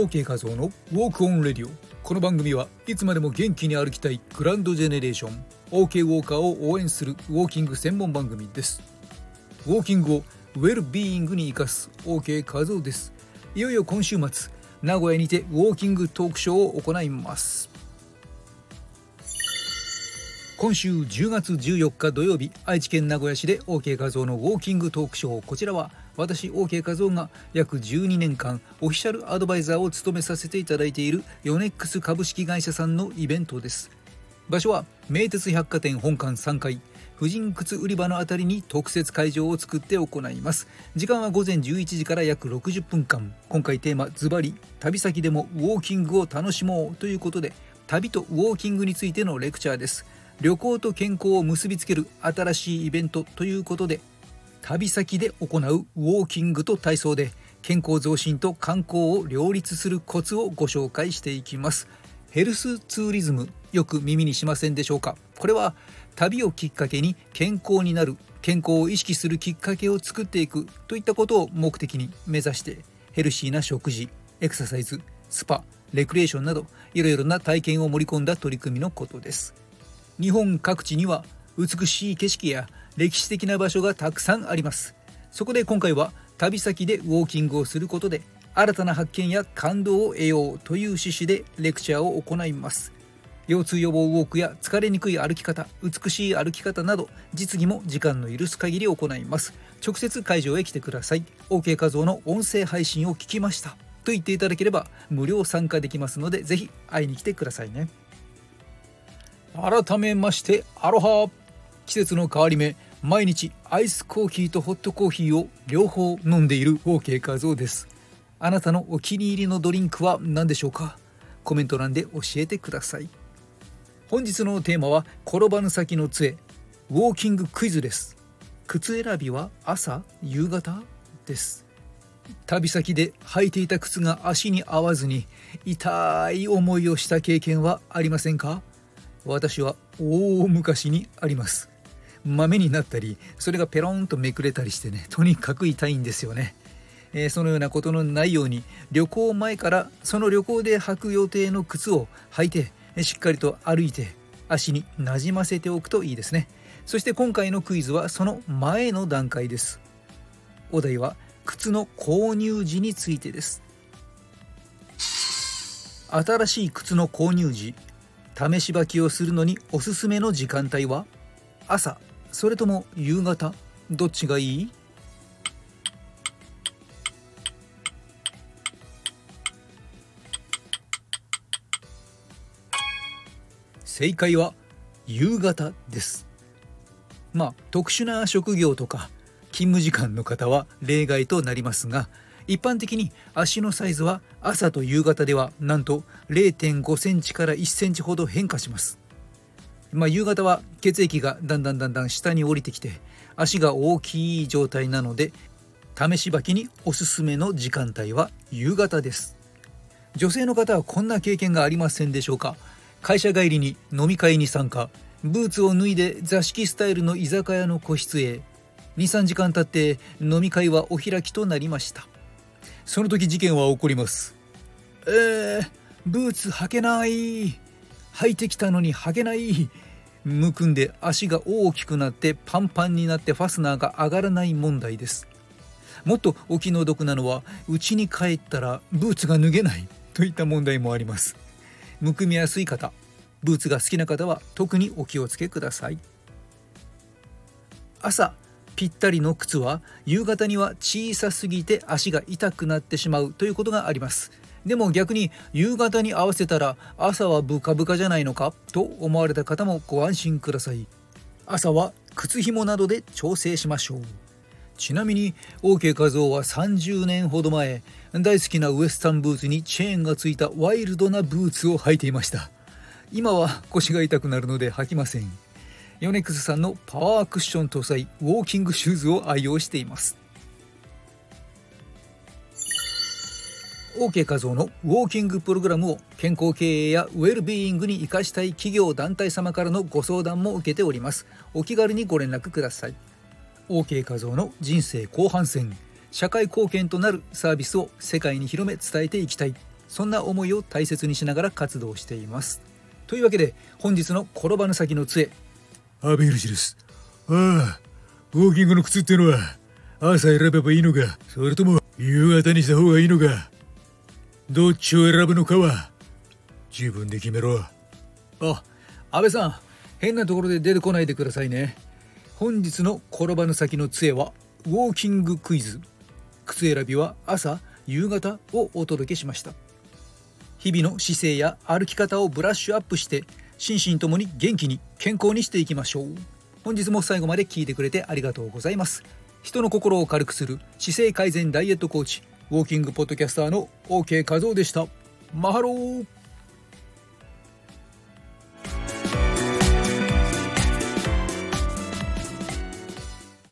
OK 画像のウォークオンレディオ。この番組はいつまでも元気に歩きたいグランドジェネレーション OK ウォーカーを応援するウォーキング専門番組です。ウォーキングをウェルビーイングに生かす OK 画像です。いよいよ今週末、名古屋にてウォーキングトークショーを行います。今週10月14日土曜日、愛知県名古屋市で OK 画像のウォーキングトークショー。こちらは私 OK 画像が約12年間オフィシャルアドバイザーを務めさせていただいているヨネックス株式会社さんのイベントです。場所は名鉄百貨店本館3階、婦人靴売り場のあたりに特設会場を作って行います。時間は午前11時から約60分間。今回テーマズバリ、旅先でもウォーキングを楽しもうということで、旅とウォーキングについてのレクチャーです。旅行と健康を結びつける新しいイベントということで、旅先で行うウォーキングと体操で健康増進と観光を両立するコツをご紹介していきます。ヘルスツーリズム、よく耳にしませんでしょうか。これは旅をきっかけに健康になる、健康を意識するきっかけを作っていくといったことを目的に目指して、ヘルシーな食事、エクササイズ、スパ、レクリエーションなどいろいろな体験を盛り込んだ取り組みのことです。日本各地には美しい景色や歴史的な場所がたくさんあります。そこで今回は旅先でウォーキングをすることで新たな発見や感動を得ようという趣旨でレクチャーを行います。腰痛予防ウォークや疲れにくい歩き方、美しい歩き方など実技も時間の許す限り行います。直接会場へ来てください。 OK 画像の音声配信を聞きましたと言っていただければ無料参加できますので、ぜひ会いに来てくださいね。改めましてアロハ。季節の変わり目、毎日アイスコーヒーとホットコーヒーを両方飲んでいる OK 画像です。あなたのお気に入りのドリンクは何でしょうか。コメント欄で教えてください。本日のテーマは転ばぬ先の杖、ウォーキングクイズです。靴選びは朝夕方です。旅先で履いていた靴が足に合わずに痛い思いをした経験はありませんか。私は大昔にあります。豆になったり、それがペロンとめくれたりしてね、とにかく痛いんですよね。そのようなことのないように、旅行前からその旅行で履く予定の靴を履いて、しっかりと歩いて足になじませておくといいですね。そして今回のクイズはその前の段階です。お題は靴の購入時についてです。新しい靴の購入時、試し履きをするのにおすすめの時間帯は朝、それとも夕方、どっちがいい？正解は夕方です。特殊な職業とか勤務時間の方は例外となりますが、一般的に足のサイズは朝と夕方ではなんと 0.5 センチから1センチほど変化します。夕方は血液がだんだん下に降りてきて足が大きい状態なので、試し履きにおすすめの時間帯は夕方です。女性の方はこんな経験がありませんでしょうか。会社帰りに飲み会に参加、ブーツを脱いで座敷スタイルの居酒屋の個室へ。 2,3 時間経って飲み会はお開きとなりました。その時事件は起こります。ブーツ履けない、履いてきたのに履けない、むくんで足が大きくなってパンパンになってファスナーが上がらない問題です。もっとお気の毒なのは、家に帰ったらブーツが脱げないといった問題もあります。むくみやすい方、ブーツが好きな方は特にお気をつけください。朝ぴったりの靴は夕方には小さすぎて足が痛くなってしまうということがあります。でも逆に夕方に合わせたら朝はブカブカじゃないのかと思われた方もご安心ください。朝は靴紐などで調整しましょう。ちなみに OK 画像は30年ほど前、大好きなウエスタンブーツにチェーンがついたワイルドなブーツを履いていました。今は腰が痛くなるので履きません。ヨネックスさんのパワークッション搭載ウォーキングシューズを愛用しています。 OK 画像のウォーキングプログラムを健康経営やウェルビーイングに生かしたい企業団体様からのご相談も受けております。お気軽にご連絡ください。 OK 画像の人生後半戦、社会貢献となるサービスを世界に広め伝えていきたい、 そんな思いを大切にしながら活動しています。というわけで本日の転ばぬ先の杖、 阿部寛です。ウォーキングの靴ってのは朝選べばいいのか、それとも夕方にした方がいいのか、どっちを選ぶのかは自分で決めろ。 安倍さん、変なところで出てこないでくださいね。本日の転ばぬ先の杖はウォーキングクイズ。靴選びは朝夕方をお届けしました。日々の姿勢や歩き方をブラッシュアップして心身ともに元気に健康にしていきましょう。本日も最後まで聞いてくれてありがとうございます。人の心を軽くする姿勢改善ダイエットコーチ、ウォーキングポッドキャスターの OK 和夫でした。マハロー。